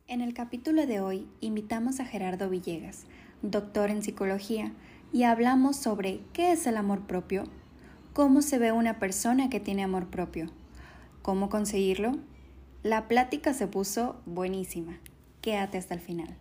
En el capítulo de hoy invitamos a Gerardo Villegas, doctor en psicología, y hablamos sobre qué es el amor propio, cómo se ve una persona que tiene amor propio, cómo conseguirlo. La plática se puso buenísima. Quédate hasta el final.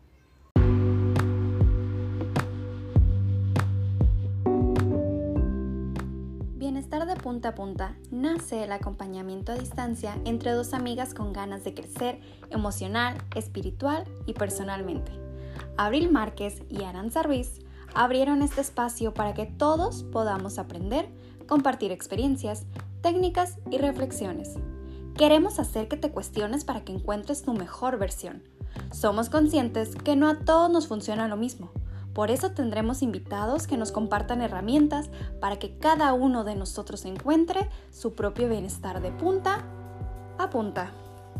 Bienestar de punta a punta nace el acompañamiento a distancia entre dos amigas con ganas de crecer emocional, espiritual y personalmente. Abril Márquez y Aranza Ruiz abrieron este espacio para que todos podamos aprender, compartir experiencias, técnicas y reflexiones. Queremos hacer que te cuestiones para que encuentres tu mejor versión. Somos conscientes que no a todos nos funciona lo mismo. Por eso tendremos invitados que nos compartan herramientas para que cada uno de nosotros encuentre su propio bienestar de punta a punta.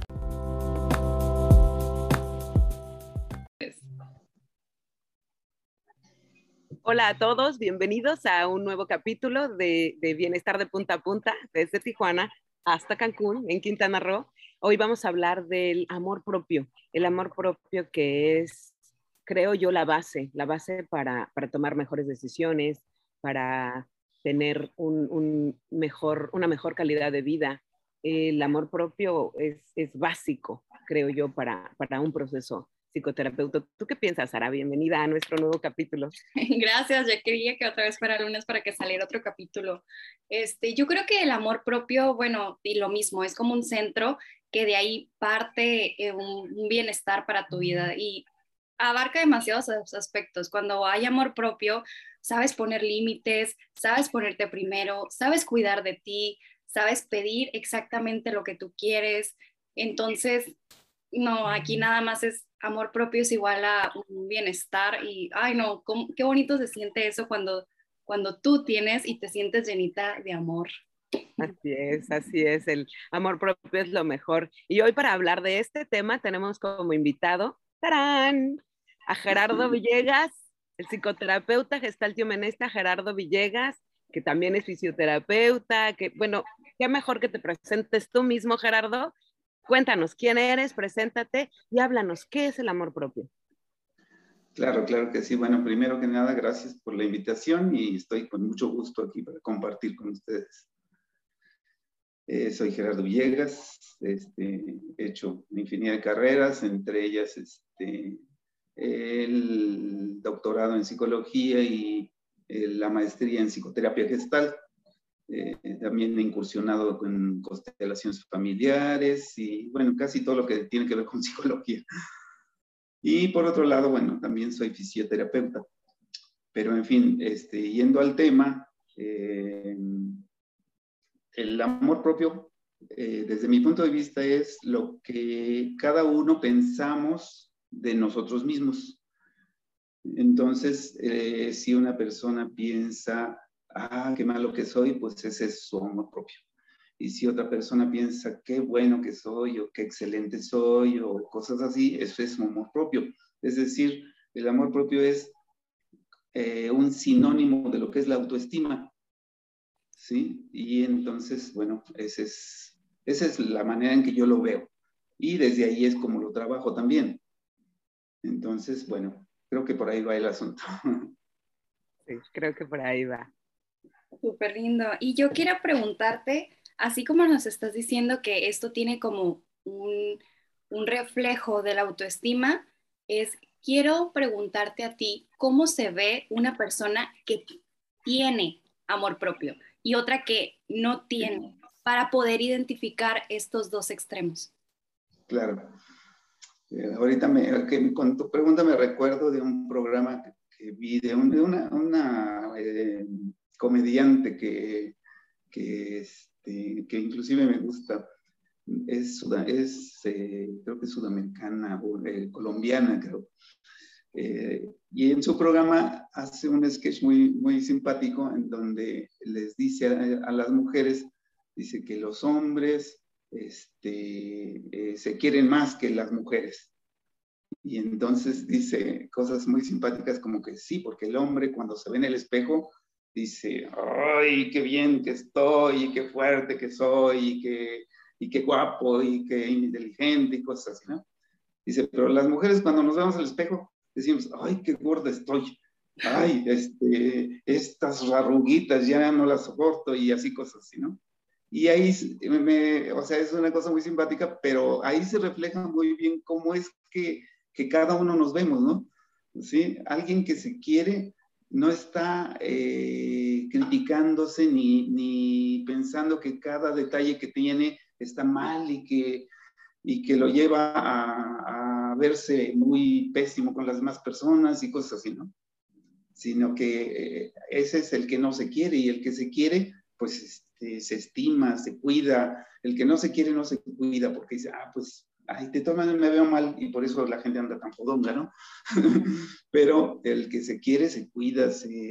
Hola a todos, bienvenidos a un nuevo capítulo de Bienestar de Punta a Punta, desde Tijuana hasta Cancún, en Quintana Roo. Hoy vamos a hablar del amor propio, el amor propio que es, creo yo, la base para tomar mejores decisiones, para tener una mejor calidad de vida. El amor propio es básico, creo yo, para un proceso psicoterapeuta. ¿Tú qué piensas, Sara? Bienvenida a nuestro nuevo capítulo. Gracias, ya quería que otra vez fuera lunes para que saliera otro capítulo. Yo creo que el amor propio, bueno, y lo mismo, es como un centro que de ahí parte un bienestar para tu vida y abarca demasiados aspectos. Cuando hay amor propio, sabes poner límites, sabes ponerte primero, sabes cuidar de ti, sabes pedir exactamente lo que tú quieres. Entonces, no, aquí nada más es amor propio es igual a un bienestar y, ay no, qué bonito se siente eso cuando tú tienes y te sientes llenita de amor. Así es, el amor propio es lo mejor. Y hoy para hablar de este tema tenemos como invitado, ¡tarán!, a Gerardo Villegas, el psicoterapeuta gestaltiohumanista Gerardo Villegas, que también es fisioterapeuta, que bueno, qué mejor que te presentes tú mismo, Gerardo. Cuéntanos quién eres, preséntate y háblanos, ¿qué es el amor propio? Claro que sí. Bueno, primero que nada, gracias por la invitación y estoy con mucho gusto aquí para compartir con ustedes. Soy Gerardo Villegas, he hecho una infinidad de carreras, entre ellas el doctorado en psicología y la maestría en psicoterapia gestal. También he incursionado en constelaciones familiares y, bueno, casi todo lo que tiene que ver con psicología. Y por otro lado, bueno, también soy fisioterapeuta. Pero, en fin, yendo al tema, el amor propio, desde mi punto de vista, es lo que cada uno pensamos de nosotros mismos. Entonces, si una persona piensa, qué malo que soy, pues ese es su amor propio. Y si otra persona piensa, qué bueno que soy, o qué excelente soy, o cosas así, eso es su amor propio. Es decir, el amor propio es un sinónimo de lo que es la autoestima. ¿Sí? Y entonces, bueno, esa es la manera en que yo lo veo. Y desde ahí es como lo trabajo también. Entonces, bueno, creo que por ahí va el asunto. Sí, creo que por ahí va. Súper lindo. Y yo quiero preguntarte, así como nos estás diciendo que esto tiene como un reflejo de la autoestima, quiero preguntarte a ti, ¿cómo se ve una persona que tiene amor propio y otra que no tiene, para poder identificar estos dos extremos? Claro. Ahorita con tu pregunta me recuerdo de un programa que vi de una comediante que inclusive me gusta. Creo que es sudamericana o colombiana, creo. Y en su programa hace un sketch muy, muy simpático en donde les dice a las mujeres, dice que los hombres se quieren más que las mujeres. Y entonces dice cosas muy simpáticas como que sí, porque el hombre cuando se ve en el espejo dice, ¡ay, qué bien que estoy, y qué fuerte que soy, y qué guapo, y qué inteligente, y cosas así, ¿no? Dice, pero las mujeres cuando nos vemos al espejo decimos, ay, qué gorda estoy. Ay, estas arruguitas ya no las soporto y así cosas así, ¿no? Y ahí, o sea, es una cosa muy simpática, pero ahí se refleja muy bien cómo es que cada uno nos vemos, ¿no? ¿Sí? Alguien que se quiere no está criticándose ni pensando que cada detalle que tiene está mal y que lo lleva a verse muy pésimo con las demás personas y cosas así, ¿no? Sino que ese es el que no se quiere, y el que se quiere, pues se estima, se cuida. El que no se quiere no se cuida porque dice, pues, ay, de todas maneras me veo mal y por eso la gente anda tan fodonga, ¿no? Pero el que se quiere se cuida,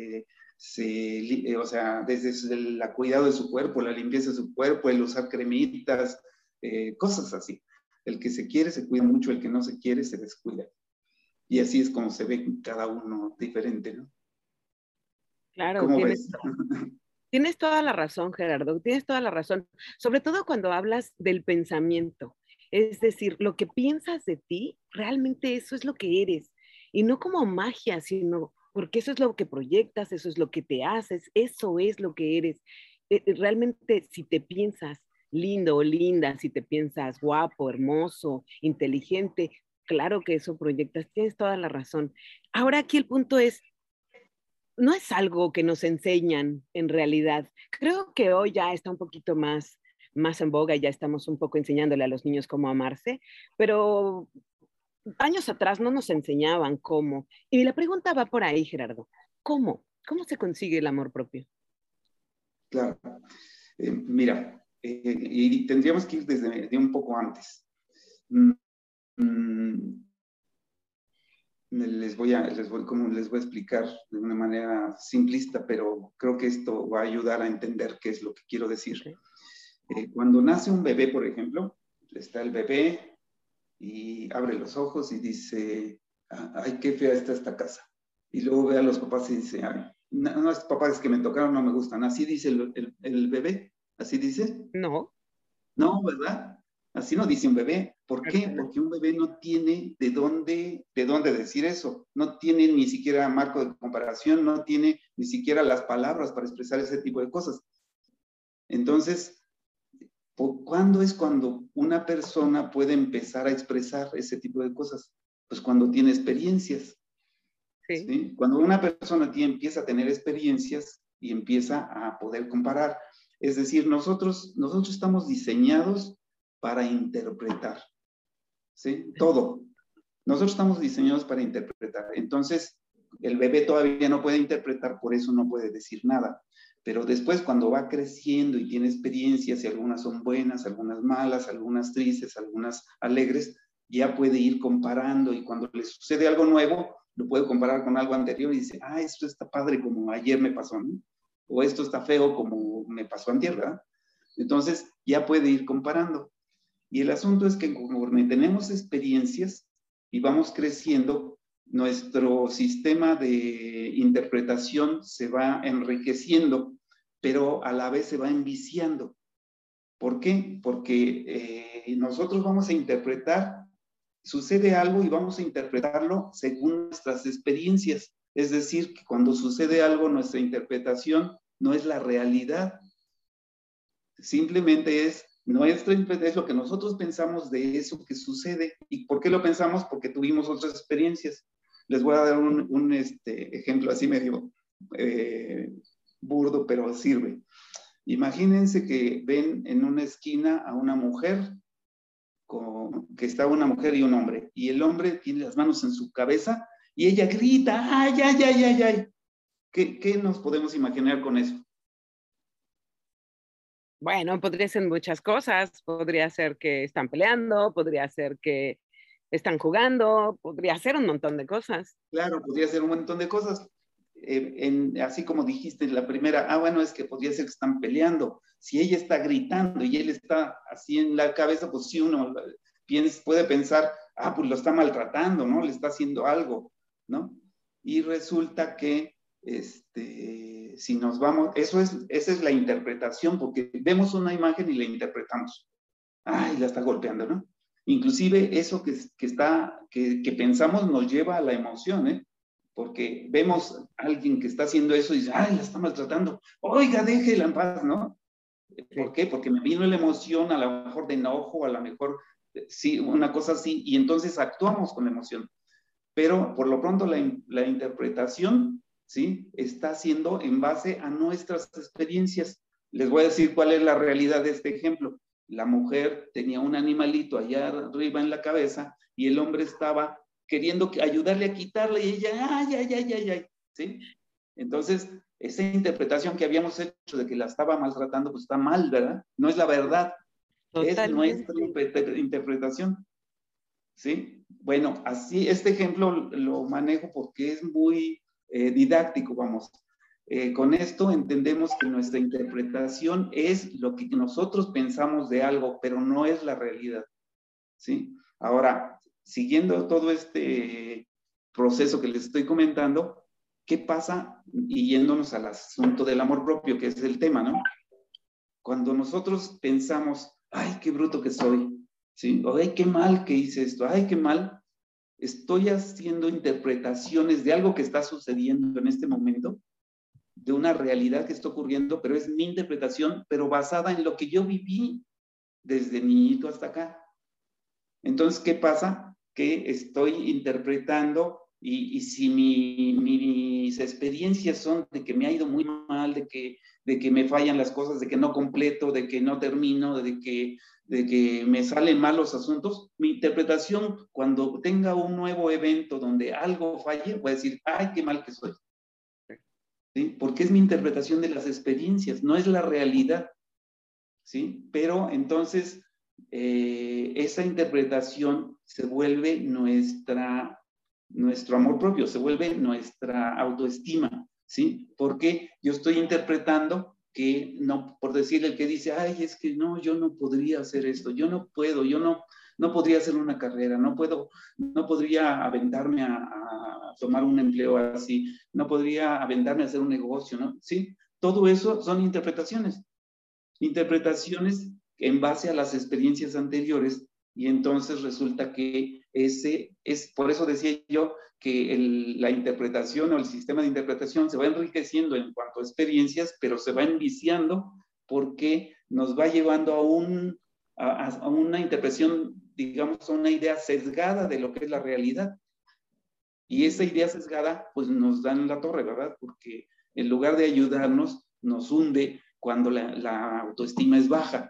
o sea, desde el cuidado de su cuerpo, la limpieza de su cuerpo, el usar cremitas, cosas así. El que se quiere se cuida mucho, el que no se quiere se descuida. Y así es como se ve cada uno diferente, ¿no? Claro, ¿Cómo ves? Tienes toda la razón, Gerardo, tienes toda la razón. Sobre todo cuando hablas del pensamiento. Es decir, lo que piensas de ti, realmente eso es lo que eres. Y no como magia, sino porque eso es lo que proyectas, eso es lo que te haces, eso es lo que eres. Realmente, si te piensas lindo o linda, si te piensas guapo, hermoso, inteligente, claro que eso proyectas, tienes toda la razón. Ahora aquí el punto es, no es algo que nos enseñan en realidad. Creo que hoy ya está un poquito más en boga y ya estamos un poco enseñándole a los niños cómo amarse, pero años atrás no nos enseñaban cómo. Y la pregunta va por ahí, Gerardo. ¿Cómo? ¿Cómo se consigue el amor propio? Claro. Mira, y tendríamos que ir desde un poco antes. Les voy a explicar de una manera simplista, pero creo que esto va a ayudar a entender qué es lo que quiero decir. Okay. Cuando nace un bebé, por ejemplo, está el bebé y abre los ojos y dice, ay, qué fea está esta casa. Y luego ve a los papás y dice, ay, no, estos papás que me tocaron no me gustan. Así dice el bebé, así dice. No. No, ¿verdad? Así no dice un bebé. ¿Por qué? Porque un bebé no tiene de dónde decir eso. No tiene ni siquiera marco de comparación, no tiene ni siquiera las palabras para expresar ese tipo de cosas. Entonces, ¿cuándo es cuando una persona puede empezar a expresar ese tipo de cosas? Pues cuando tiene experiencias. Sí. ¿Sí? Cuando una persona empieza a tener experiencias y empieza a poder comparar. Es decir, nosotros estamos diseñados para interpretar, ¿sí? Todo. Nosotros estamos diseñados para interpretar. Entonces, el bebé todavía no puede interpretar, por eso no puede decir nada. Pero después, cuando va creciendo y tiene experiencias, y algunas son buenas, algunas malas, algunas tristes, algunas alegres, ya puede ir comparando, y cuando le sucede algo nuevo, lo puede comparar con algo anterior y dice, esto está padre como ayer me pasó, ¿no? O esto está feo como me pasó antier, ¿verdad? Entonces, ya puede ir comparando. Y el asunto es que conforme tenemos experiencias y vamos creciendo, nuestro sistema de interpretación se va enriqueciendo, pero a la vez se va enviciando. ¿Por qué? Porque nosotros vamos a interpretar, sucede algo y vamos a interpretarlo según nuestras experiencias. Es decir, que cuando sucede algo, nuestra interpretación no es la realidad. Simplemente es lo que nosotros pensamos de eso que sucede. ¿Y por qué lo pensamos? Porque tuvimos otras experiencias. Les voy a dar un ejemplo así medio burdo, pero sirve. Imagínense que ven en una esquina a una mujer, que está una mujer y un hombre, y el hombre tiene las manos en su cabeza y ella grita, ¡ay, ay, ay, ay, ay! ¿Qué nos podemos imaginar con eso? Bueno, podría ser muchas cosas. Podría ser que están peleando, podría ser que están jugando, podría ser un montón de cosas. Claro, podría ser un montón de cosas. Así como dijiste en la primera, bueno, es que podría ser que están peleando. Si ella está gritando y él está así en la cabeza, pues sí, uno puede pensar, pues lo está maltratando, ¿no? Le está haciendo algo, ¿no? Y resulta que si nos vamos, esa es la interpretación, porque vemos una imagen y la interpretamos. La está golpeando, ¿no? Inclusive eso que pensamos nos lleva a la emoción, ¿eh? Porque vemos a alguien que está haciendo eso y dice, ay, la está maltratando, oiga, déjela en paz, ¿no? ¿Por qué? Porque me vino la emoción, a lo mejor de enojo, a lo mejor, sí, una cosa así, y entonces actuamos con la emoción. Pero por lo pronto la interpretación, ¿sí? Está siendo en base a nuestras experiencias. Les voy a decir cuál es la realidad de este ejemplo. La mujer tenía un animalito allá arriba en la cabeza y el hombre estaba queriendo ayudarle a quitarle y ella, ay, ay, ay, ay, ay, ¿sí? Entonces, esa interpretación que habíamos hecho de que la estaba maltratando, pues está mal, ¿verdad? No es la verdad, es nuestra interpretación, ¿sí? Bueno, así, este ejemplo lo manejo porque es muy didáctico, vamos. Con esto entendemos que nuestra interpretación es lo que nosotros pensamos de algo, pero no es la realidad, ¿sí? Ahora, siguiendo todo este proceso que les estoy comentando, ¿qué pasa? Y yéndonos al asunto del amor propio, que es el tema, ¿no? Cuando nosotros pensamos, ay, qué bruto que soy, ¿sí? O, ay, qué mal que hice esto, ay, qué mal, estoy haciendo interpretaciones de algo que está sucediendo en este momento, de una realidad que está ocurriendo, pero es mi interpretación, pero basada en lo que yo viví desde niñito hasta acá. Entonces, ¿qué pasa? Que estoy interpretando y si mis experiencias son de que me ha ido muy mal, de que me fallan las cosas, de que no completo, de que no termino, de que me salen mal los asuntos, mi interpretación, cuando tenga un nuevo evento donde algo falle, voy a decir, ay, qué mal que soy. ¿Sí? Porque es mi interpretación de las experiencias, no es la realidad. ¿Sí? Pero entonces esa interpretación se vuelve nuestro amor propio, se vuelve nuestra autoestima, ¿sí? Porque yo estoy interpretando que, no, por decirle el que dice, ay, es que no, yo no podría hacer esto, yo no puedo, yo no podría hacer una carrera, no podría aventarme a tomar un empleo así, no podría aventarme a hacer un negocio, ¿no? ¿Sí? Todo eso son interpretaciones en base a las experiencias anteriores, y entonces resulta que por eso decía yo que la interpretación o el sistema de interpretación se va enriqueciendo en cuanto a experiencias, pero se va enviciando porque nos va llevando a una interpretación, digamos, a una idea sesgada de lo que es la realidad. Y esa idea sesgada, pues nos da en la torre, ¿verdad? Porque en lugar de ayudarnos, nos hunde cuando la autoestima es baja.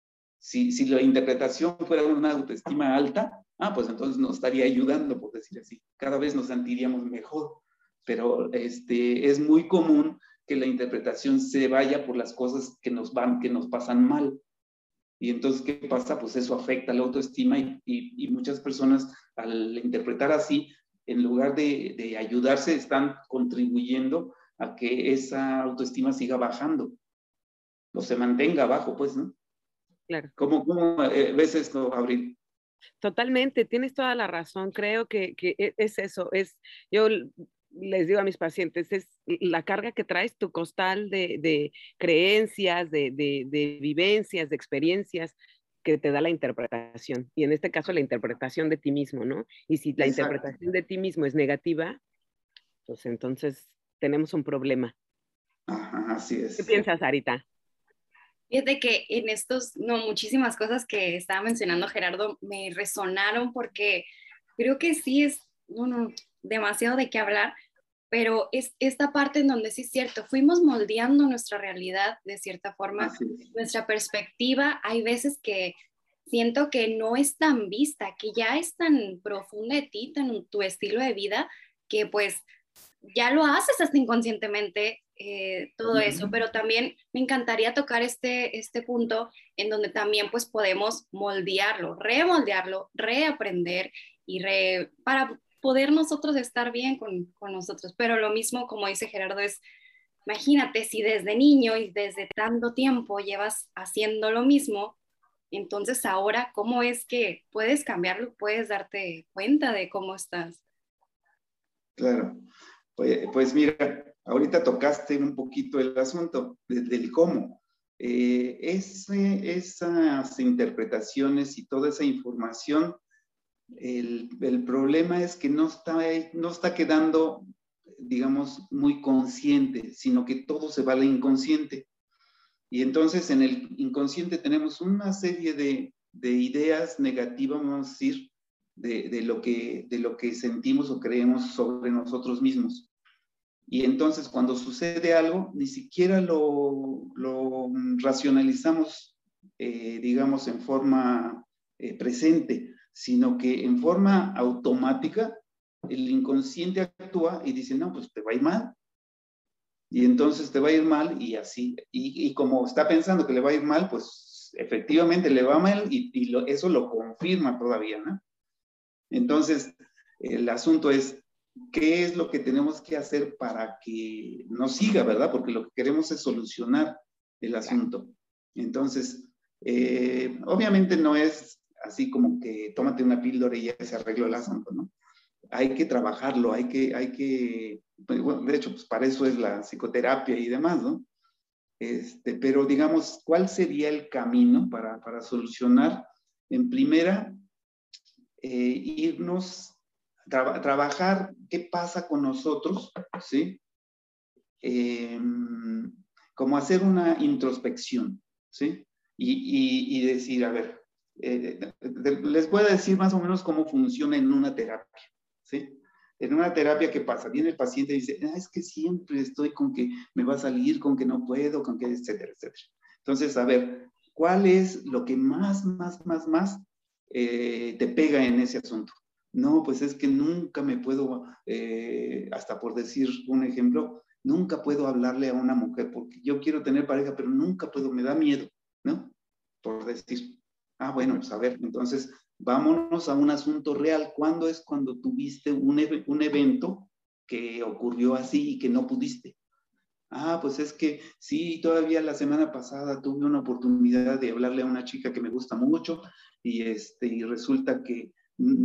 Si la interpretación fuera una autoestima alta, pues entonces nos estaría ayudando, por decir así. Cada vez nos sentiríamos mejor. Pero es muy común que la interpretación se vaya por las cosas que nos pasan mal. Y entonces, ¿qué pasa? Pues eso afecta la autoestima y muchas personas al interpretar así, en lugar de ayudarse, están contribuyendo a que esa autoestima siga bajando o se mantenga abajo, pues, ¿no? Claro. ¿Cómo ves esto, Abril? Totalmente, tienes toda la razón. Creo que es eso. Yo les digo a mis pacientes, es la carga que traes, tu costal de creencias, de vivencias, de experiencias que te da la interpretación. Y en este caso, la interpretación de ti mismo, ¿no? Y si la Exacto. interpretación de ti mismo es negativa, pues entonces tenemos un problema. Ajá, así es. ¿Qué piensas, Arita? Fíjate que en muchísimas cosas que estaba mencionando Gerardo me resonaron porque creo que sí es, demasiado de qué hablar, pero es esta parte en donde sí es cierto, fuimos moldeando nuestra realidad de cierta forma, nuestra perspectiva, hay veces que siento que no es tan vista, que ya es tan profunda de ti, tan tu estilo de vida, que pues ya lo haces hasta inconscientemente todo eso, pero también me encantaría tocar este punto en donde también pues podemos moldearlo, remoldearlo, reaprender para poder nosotros estar bien con nosotros. Pero lo mismo, como dice Gerardo, imagínate si desde niño y desde tanto tiempo llevas haciendo lo mismo, entonces ahora, ¿cómo es que puedes cambiarlo? Puedes darte cuenta de cómo estás. Claro. Pues mira, ahorita tocaste un poquito el asunto del cómo. esas interpretaciones y toda esa información, el problema es que no está quedando, digamos, muy consciente, sino que todo se va al inconsciente. Y entonces en el inconsciente tenemos una serie de ideas negativas, vamos a decir, de lo que sentimos o creemos sobre nosotros mismos. Y entonces cuando sucede algo, ni siquiera lo racionalizamos, digamos, en forma presente, sino que en forma automática el inconsciente actúa y dice, no, pues te va a ir mal. Y entonces te va a ir mal y así. Y como está pensando que le va a ir mal, pues efectivamente le va mal y eso lo confirma todavía, ¿no? Entonces, el asunto es, ¿qué es lo que tenemos que hacer para que no siga, verdad? Porque lo que queremos es solucionar el asunto. Entonces, obviamente no es así como que tómate una píldora y ya se arregló el asunto, ¿no? Hay que trabajarlo, bueno, de hecho, pues para eso es la psicoterapia y demás, ¿no? Pero digamos, ¿cuál sería el camino para solucionar? En primera, irnos, trabajar qué pasa con nosotros, ¿sí? Como hacer una introspección, ¿sí? Y decir, a ver, les voy a decir más o menos cómo funciona en una terapia, ¿sí? En una terapia, ¿qué pasa? Viene el paciente y dice, es que siempre estoy con que me va a salir, con que no puedo, con que, etcétera, etcétera. Entonces, a ver, ¿cuál es lo que más te pega en ese asunto? No, pues es que nunca me puedo, hasta por decir un ejemplo, nunca puedo hablarle a una mujer porque yo quiero tener pareja, pero nunca puedo, me da miedo, ¿no? Por decir, bueno, pues a ver, entonces vámonos a un asunto real. ¿Cuándo es cuando tuviste un evento que ocurrió así y que no pudiste? Pues es que sí, todavía la semana pasada tuve una oportunidad de hablarle a una chica que me gusta mucho y resulta que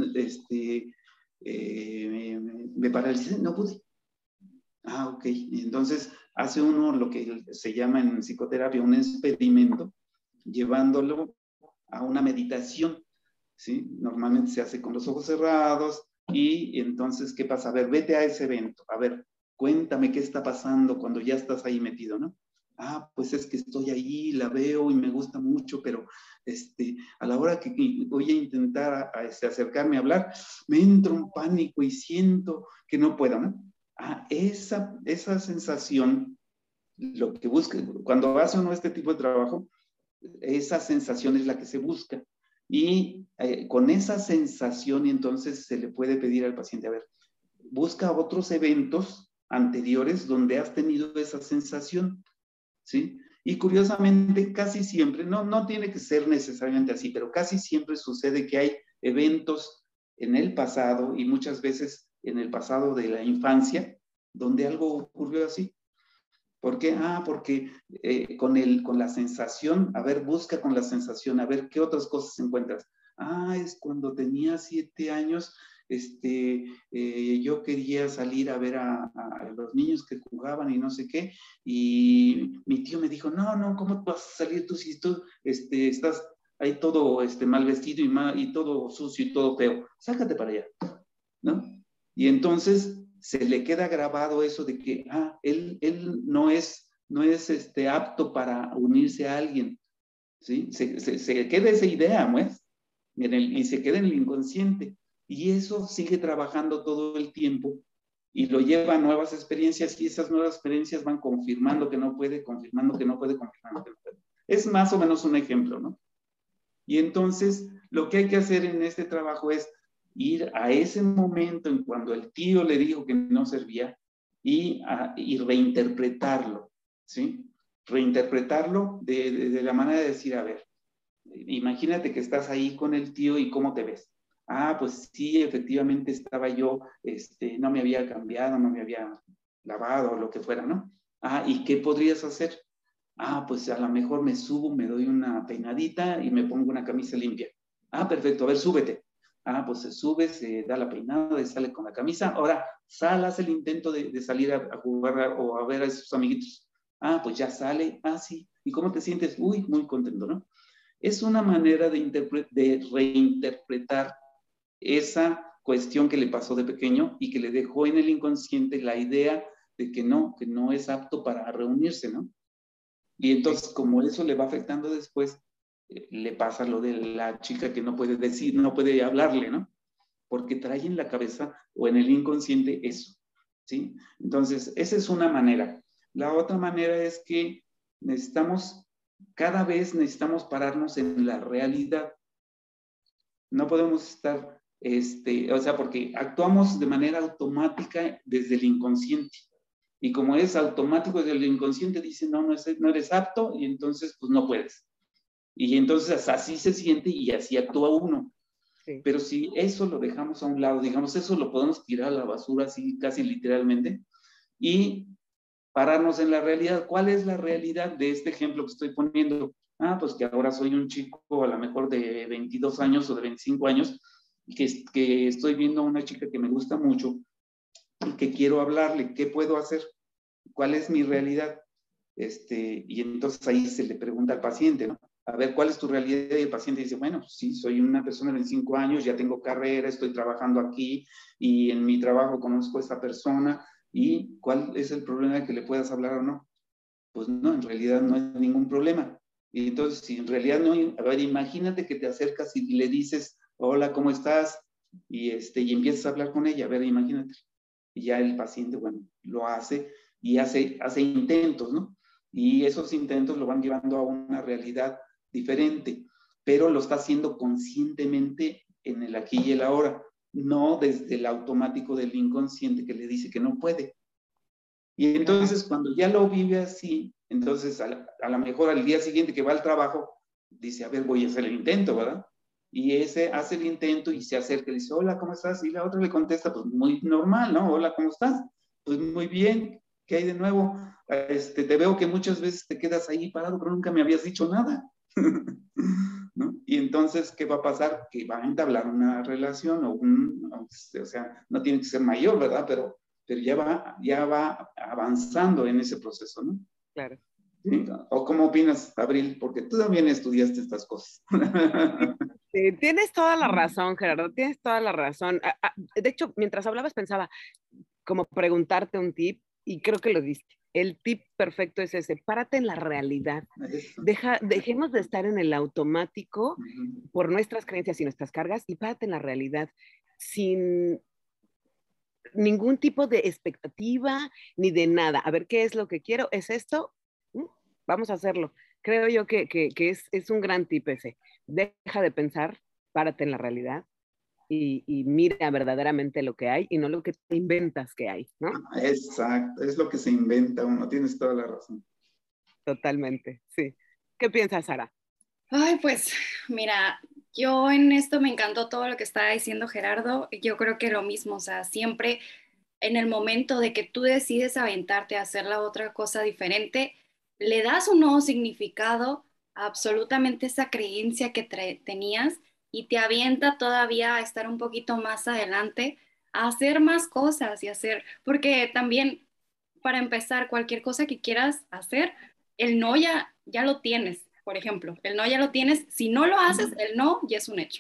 me paralicé, no pude. Ok. Y entonces hace uno lo que se llama en psicoterapia un experimento, llevándolo a una meditación, ¿sí? Normalmente se hace con los ojos cerrados y entonces, ¿qué pasa? A ver, vete a ese evento, a ver, cuéntame qué está pasando cuando ya estás ahí metido, ¿no? Pues es que estoy ahí, la veo y me gusta mucho, pero a la hora que voy a intentar acercarme a hablar, me entra un pánico y siento que no puedo, ¿no? Esa sensación, lo que busca, cuando hace uno este tipo de trabajo, esa sensación es la que se busca. Y con esa sensación, entonces se le puede pedir al paciente, a ver, busca otros eventos anteriores donde has tenido esa sensación, ¿sí? Y curiosamente, casi siempre, no tiene que ser necesariamente así, pero casi siempre sucede que hay eventos en el pasado y muchas veces en el pasado de la infancia donde algo ocurrió así. ¿Por qué? Porque con la sensación, a ver, busca con la sensación, a ver qué otras cosas encuentras. Es cuando tenía 7 años, yo quería salir a ver a los niños que jugaban y no sé qué, y mi tío me dijo, no, ¿cómo vas a salir tú si tú estás ahí todo mal vestido y todo sucio y todo feo? Sácate para allá, ¿no? Y entonces se le queda grabado eso de que él no es apto para unirse a alguien, ¿sí? Se queda esa idea, pues, y se queda en el inconsciente. Y eso sigue trabajando todo el tiempo y lo lleva a nuevas experiencias y esas nuevas experiencias van confirmando que no puede, confirmando que no puede, confirmando que no puede. Es más o menos un ejemplo, ¿no? Y entonces lo que hay que hacer en este trabajo es ir a ese momento en cuando el tío le dijo que no servía y reinterpretarlo, ¿sí? Reinterpretarlo de la manera de decir, a ver, imagínate que estás ahí con el tío y ¿cómo te ves? Pues sí, efectivamente estaba yo, no me había cambiado, no me había lavado o lo que fuera, ¿no? ¿Y qué podrías hacer? Pues a lo mejor me subo, me doy una peinadita y me pongo una camisa limpia. Perfecto, a ver, súbete. Pues se sube, se da la peinada y sale con la camisa. Ahora, hace el intento de salir a jugar o a ver a sus amiguitos. Pues ya sale, sí. ¿Y cómo te sientes? Uy, muy contento, ¿no? Es una manera de reinterpretar esa cuestión que le pasó de pequeño y que le dejó en el inconsciente la idea de que no es apto para reunirse, ¿no? Y entonces, como eso le va afectando después, le pasa lo de la chica que no puede decir, no puede hablarle, ¿no? Porque trae en la cabeza o en el inconsciente eso, ¿sí? Entonces, esa es una manera. La otra manera es que cada vez necesitamos pararnos en la realidad. No podemos estar, o sea, porque actuamos de manera automática desde el inconsciente. Y como es automático desde el inconsciente, dice, no eres apto, y entonces, pues no puedes. Y entonces así se siente y así actúa uno. Sí. Pero si eso lo dejamos a un lado, digamos, eso lo podemos tirar a la basura así casi literalmente y pararnos en la realidad. ¿Cuál es la realidad de este ejemplo que estoy poniendo? Pues que ahora soy un chico a lo mejor de 22 años o de 25 años y que estoy viendo a una chica que me gusta mucho y que quiero hablarle. ¿Qué puedo hacer? ¿Cuál es mi realidad? Y entonces ahí se le pregunta al paciente, ¿no? A ver, ¿cuál es tu realidad? Y el paciente dice, bueno, sí, soy una persona de 25 años, ya tengo carrera, estoy trabajando aquí y en mi trabajo conozco a esta persona. ¿Y cuál es el problema de que le puedas hablar o no? Pues no, en realidad no hay ningún problema. Y entonces, si en realidad no hay, a ver, imagínate que te acercas y le dices, hola, ¿cómo estás? Y empiezas a hablar con ella, a ver, imagínate. Y ya el paciente, bueno, lo hace y hace intentos, ¿no? Y esos intentos lo van llevando a una realidad diferente, pero lo está haciendo conscientemente en el aquí y el ahora, no desde el automático del inconsciente que le dice que no puede. Y entonces cuando ya lo vive así, entonces a lo mejor al día siguiente que va al trabajo, dice, a ver, voy a hacer el intento, ¿verdad? Y ese hace el intento y se acerca y dice, hola, ¿cómo estás? Y la otra le contesta, pues muy normal, ¿no? Hola, ¿cómo estás? Pues muy bien, ¿qué hay de nuevo? Te veo que muchas veces te quedas ahí parado, pero nunca me habías dicho nada. ¿No? Y entonces, ¿qué va a pasar? Que va a entablar una relación o sea, no tiene que ser mayor, ¿verdad? Pero ya va avanzando en ese proceso, ¿no? Claro. ¿Sí? ¿O cómo opinas, Abril? Porque tú también estudiaste estas cosas. Sí, tienes toda la razón, Gerardo, tienes toda la razón. De hecho, mientras hablabas pensaba como preguntarte un tip y creo que lo diste. El tip perfecto es ese, párate en la realidad. Dejemos de estar en el automático por nuestras creencias y nuestras cargas y párate en la realidad sin ningún tipo de expectativa ni de nada. A ver, ¿qué es lo que quiero? ¿Es esto? Vamos a hacerlo. Creo yo que es un gran tip ese. Deja de pensar, párate en la realidad y mira verdaderamente lo que hay y no lo que te inventas que hay, ¿no? Exacto, es lo que se inventa uno, tienes toda la razón. Totalmente, sí. ¿Qué piensas, Sara? Ay, pues mira, yo en esto me encantó todo lo que estaba diciendo Gerardo. Yo creo que lo mismo, o sea, siempre en el momento de que tú decides aventarte a hacer la otra cosa diferente, le das un nuevo significado a absolutamente esa creencia que tenías y te avienta todavía a estar un poquito más adelante, a hacer más cosas y hacer, porque también para empezar, cualquier cosa que quieras hacer, el no ya lo tienes, por ejemplo, el no ya lo tienes, si no lo haces, el no ya es un hecho.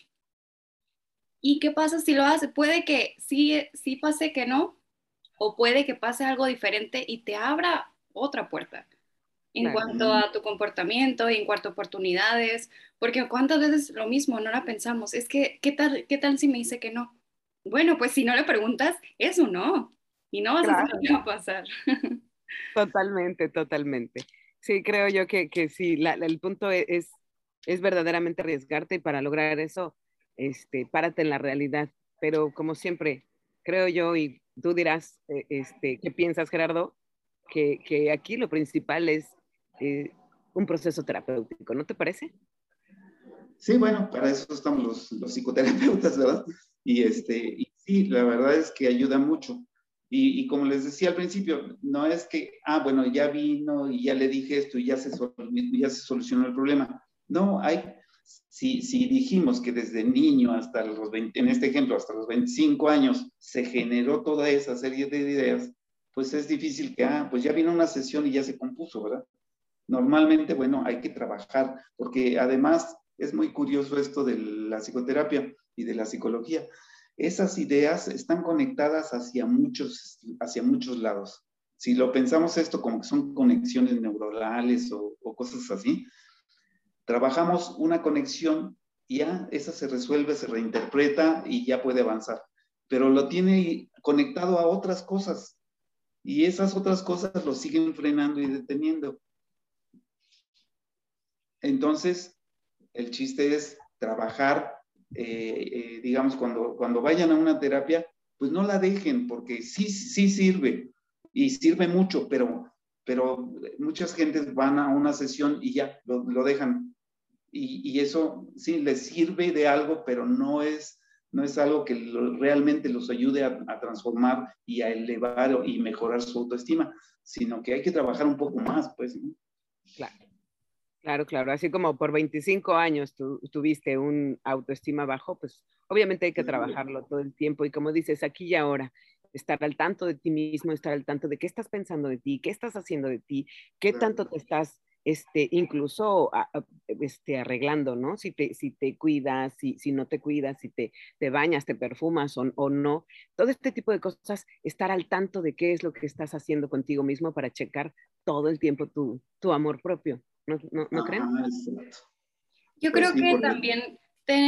¿Y qué pasa si lo haces? Puede que sí pase que no, o puede que pase algo diferente y te abra otra puerta en Claro. cuanto a tu comportamiento, en cuanto a oportunidades, porque cuántas veces lo mismo, no la pensamos, es que, qué tal si me dice que no? Bueno, pues si no le preguntas, es un no, y no vas a saber Claro. qué va a pasar. Totalmente, totalmente. Sí, creo yo que sí, el punto es verdaderamente arriesgarte y para lograr eso, párate en la realidad. Pero como siempre, creo yo, y tú dirás, ¿qué piensas, Gerardo? Que aquí lo principal es un proceso terapéutico, ¿no te parece? Sí, bueno, para eso estamos los psicoterapeutas, ¿verdad? Y sí, la verdad es que ayuda mucho. Y como les decía al principio, no es que, bueno, ya vino y ya le dije esto y ya se solucionó el problema. No, si dijimos que desde niño hasta los 20, en este ejemplo, hasta los 25 años, se generó toda esa serie de ideas, pues es difícil que, pues ya vino una sesión y ya se compuso, ¿verdad? Normalmente, bueno, hay que trabajar, porque además es muy curioso esto de la psicoterapia y de la psicología. Esas ideas están conectadas hacia muchos lados. Si lo pensamos esto como que son conexiones neuronales o cosas así, trabajamos una conexión y ya esa se resuelve, se reinterpreta y ya puede avanzar. Pero lo tiene conectado a otras cosas y esas otras cosas lo siguen frenando y deteniendo. Entonces, el chiste es trabajar, digamos, cuando vayan a una terapia, pues no la dejen, porque sí sirve, y sirve mucho, pero muchas gentes van a una sesión y ya lo dejan. Y eso sí les sirve de algo, pero no es algo que realmente los ayude a transformar y a elevar y mejorar su autoestima, sino que hay que trabajar un poco más, pues, ¿no? Claro. Claro. Así como por 25 años tuviste un autoestima bajo, pues obviamente hay que trabajarlo todo el tiempo. Y como dices, aquí y ahora, estar al tanto de ti mismo, estar al tanto de qué estás pensando de ti, qué estás haciendo de ti, qué tanto te estás incluso arreglando, ¿no? Si te cuidas, si no te cuidas, si te bañas, te perfumas o no. Todo este tipo de cosas, estar al tanto de qué es lo que estás haciendo contigo mismo para checar todo el tiempo tu amor propio. ¿No creen? Exacto. Yo Pues creo sí, que también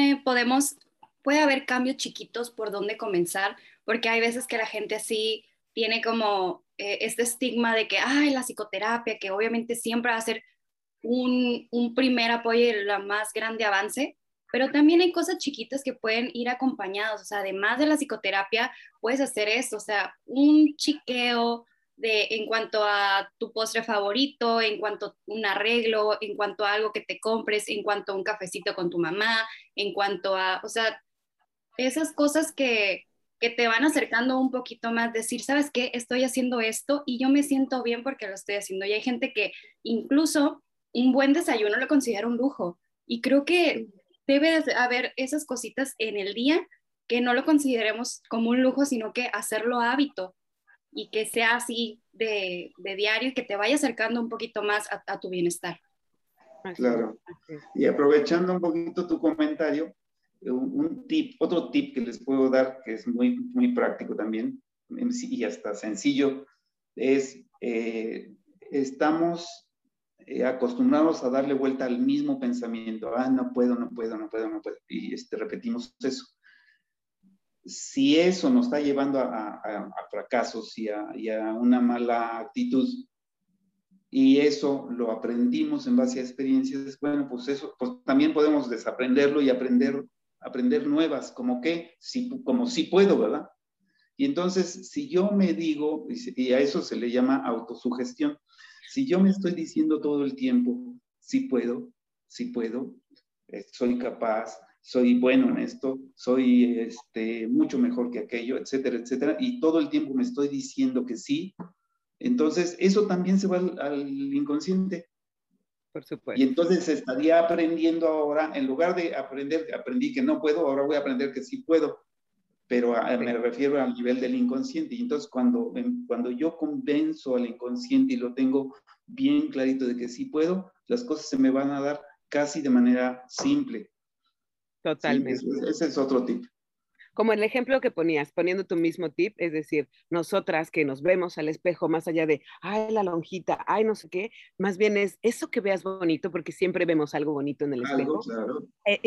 puede haber cambios chiquitos por donde comenzar, porque hay veces que la gente así tiene como este estigma de que, ay, la psicoterapia, que obviamente siempre va a ser un primer apoyo y el más grande avance, pero también hay cosas chiquitas que pueden ir acompañados, o sea, además de la psicoterapia, puedes hacer esto, o sea, un chiqueo en cuanto a tu postre favorito, en cuanto a un arreglo, en cuanto a algo que te compres, en cuanto a un cafecito con tu mamá, en cuanto a, o sea, esas cosas que te van acercando un poquito más, decir, ¿sabes qué? Estoy haciendo esto y yo me siento bien porque lo estoy haciendo. Y hay gente que incluso un buen desayuno lo considera un lujo. Y creo que debe de haber esas cositas en el día que no lo consideremos como un lujo, sino que hacerlo hábito y que sea así de diario y que te vaya acercando un poquito más a tu bienestar. Claro. Y aprovechando un poquito tu comentario, otro tip que les puedo dar, que es muy, muy práctico también y hasta sencillo, es estamos acostumbrados a darle vuelta al mismo pensamiento. No puedo. Y repetimos eso. Si eso nos está llevando a fracasos y a una mala actitud, y eso lo aprendimos en base a experiencias, bueno, pues eso, pues también podemos desaprenderlo y aprender nuevas, como sí puedo, ¿verdad? Y entonces, si yo me digo, y a eso se le llama autosugestión, si yo me estoy diciendo todo el tiempo, sí puedo, soy capaz, soy bueno en esto, soy mucho mejor que aquello, etcétera, y todo el tiempo me estoy diciendo que sí, entonces eso también se va al inconsciente. Por supuesto. Y entonces estaría aprendiendo ahora, en lugar de aprendí que no puedo, ahora voy a aprender que sí puedo, pero me refiero al nivel del inconsciente. Y entonces cuando yo convenzo al inconsciente y lo tengo bien clarito de que sí puedo, las cosas se me van a dar casi de manera simple. Totalmente. ¿Sí? Ese es otro tip. Como el ejemplo que ponías, poniendo tu mismo tip, es decir, nosotras que nos vemos al espejo más allá de, ay, la lonjita, ay, no sé qué, más bien es eso que veas bonito, porque siempre vemos algo bonito en el espejo. Claro.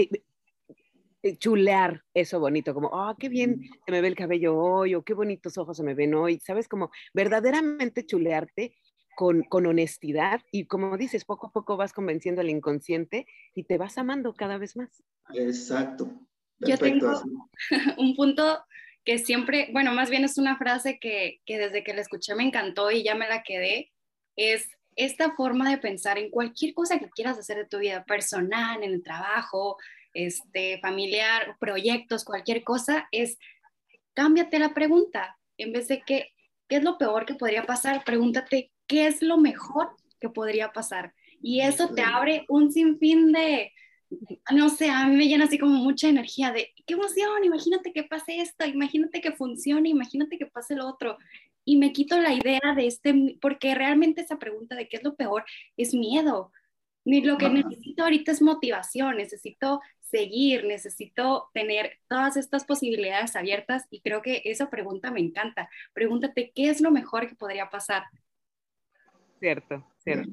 Chulear eso bonito, como, oh, qué bien se me ve el cabello hoy, o qué bonitos ojos se me ven hoy, ¿sabes? Como verdaderamente chulearte con honestidad y como dices, poco a poco vas convenciendo al inconsciente y te vas amando cada vez más. Exacto. Yo Perfecto, tengo así. un punto que siempre, bueno, más bien es una frase que desde que la escuché me encantó y ya me la quedé, es esta forma de pensar en cualquier cosa que quieras hacer de tu vida personal, en el trabajo, familiar, proyectos, cualquier cosa, es cámbiate la pregunta. En vez de qué es lo peor que podría pasar, pregúntate qué es lo mejor que podría pasar. Y eso te abre un sinfín de, no sé, a mí me llena así como mucha energía de, qué emoción, imagínate que pase esto, imagínate que funcione, imagínate que pase lo otro. y me quito la idea de porque realmente esa pregunta de qué es lo peor es miedo. Ni lo que necesito ahorita es motivación, necesito seguir, necesito tener todas estas posibilidades abiertas y creo que esa pregunta me encanta. Pregúntate qué es lo mejor que podría pasar. Cierto, cierto.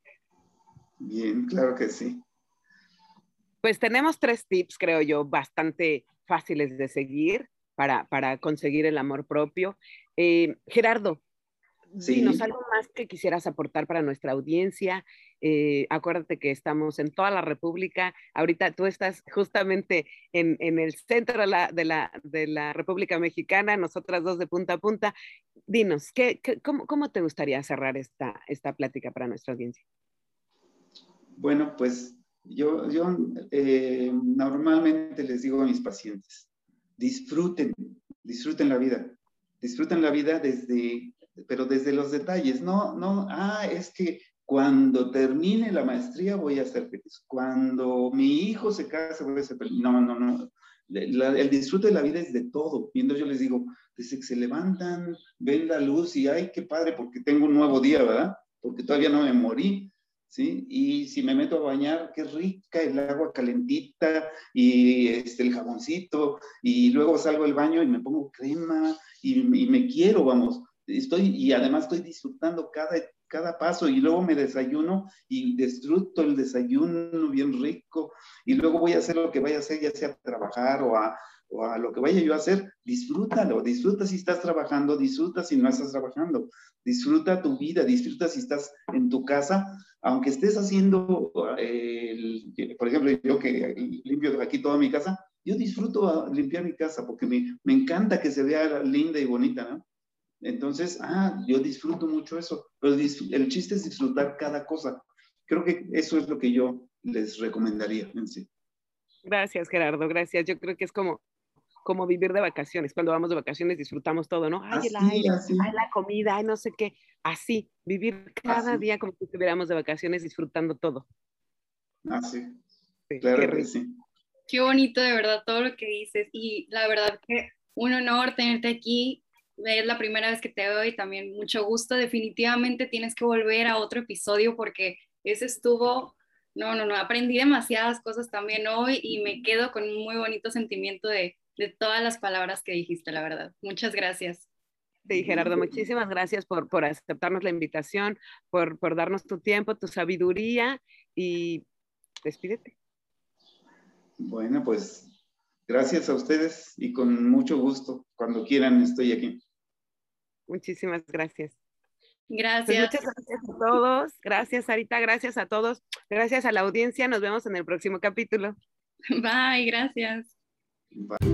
Bien, claro que sí. Pues tenemos 3 tips, creo yo, bastante fáciles de seguir para conseguir el amor propio. Gerardo, Sí. dinos algo más que quisieras aportar para nuestra audiencia. Acuérdate que estamos en toda la República. Ahorita tú estás justamente en el centro de la República Mexicana, nosotras 2 de punta a punta. Dinos, cómo te gustaría cerrar esta plática para nuestra audiencia? Bueno, pues yo normalmente les digo a mis pacientes, disfruten la vida pero desde los detalles, es que cuando termine la maestría voy a ser feliz, cuando mi hijo se case voy a ser feliz. No. El disfrute de la vida es de todo. Viendo, yo les digo, desde que se levantan, ven la luz y ¡ay, qué padre! Porque tengo un nuevo día, ¿verdad? Porque todavía no me morí. ¿Sí? Y si me meto a bañar, qué rica el agua calentita y el jaboncito, y luego salgo del baño y me pongo crema y me quiero, vamos. Y además estoy disfrutando cada paso, y luego me desayuno y disfruto el desayuno bien rico, y luego voy a hacer lo que vaya a hacer, ya sea trabajar o a lo que vaya yo a hacer. Disfrútalo, disfruta si estás trabajando, disfruta si no estás trabajando, disfruta tu vida, disfruta si estás en tu casa, aunque estés haciendo, por ejemplo, yo que limpio aquí toda mi casa, yo disfruto limpiar mi casa porque me encanta que se vea linda y bonita, ¿no? Entonces, yo disfruto mucho eso, pero el chiste es disfrutar cada cosa. Creo que eso es lo que yo les recomendaría en sí. Gracias, Gerardo, gracias. Yo creo que es como vivir de vacaciones. Cuando vamos de vacaciones disfrutamos todo, ¿no? Ay, el aire, ay, la comida, ay, no sé qué. Así, vivir cada día como si estuviéramos de vacaciones disfrutando todo. Así, sí, claro que sí. Qué bonito, de verdad, todo lo que dices. Y la verdad que un honor tenerte aquí. Es la primera vez que te veo y también mucho gusto. Definitivamente tienes que volver a otro episodio porque ese estuvo... No, aprendí demasiadas cosas también hoy y me quedo con un muy bonito sentimiento de todas las palabras que dijiste, la verdad. Muchas gracias. Sí, Gerardo, muchísimas gracias por aceptarnos la invitación, por darnos tu tiempo, tu sabiduría, y despídete. Bueno, pues gracias a ustedes y con mucho gusto. Cuando quieran estoy aquí. Muchísimas gracias. Gracias. Pues muchas gracias a todos. Gracias, Sarita. Gracias a todos. Gracias a la audiencia. Nos vemos en el próximo capítulo. Bye, gracias. Bye.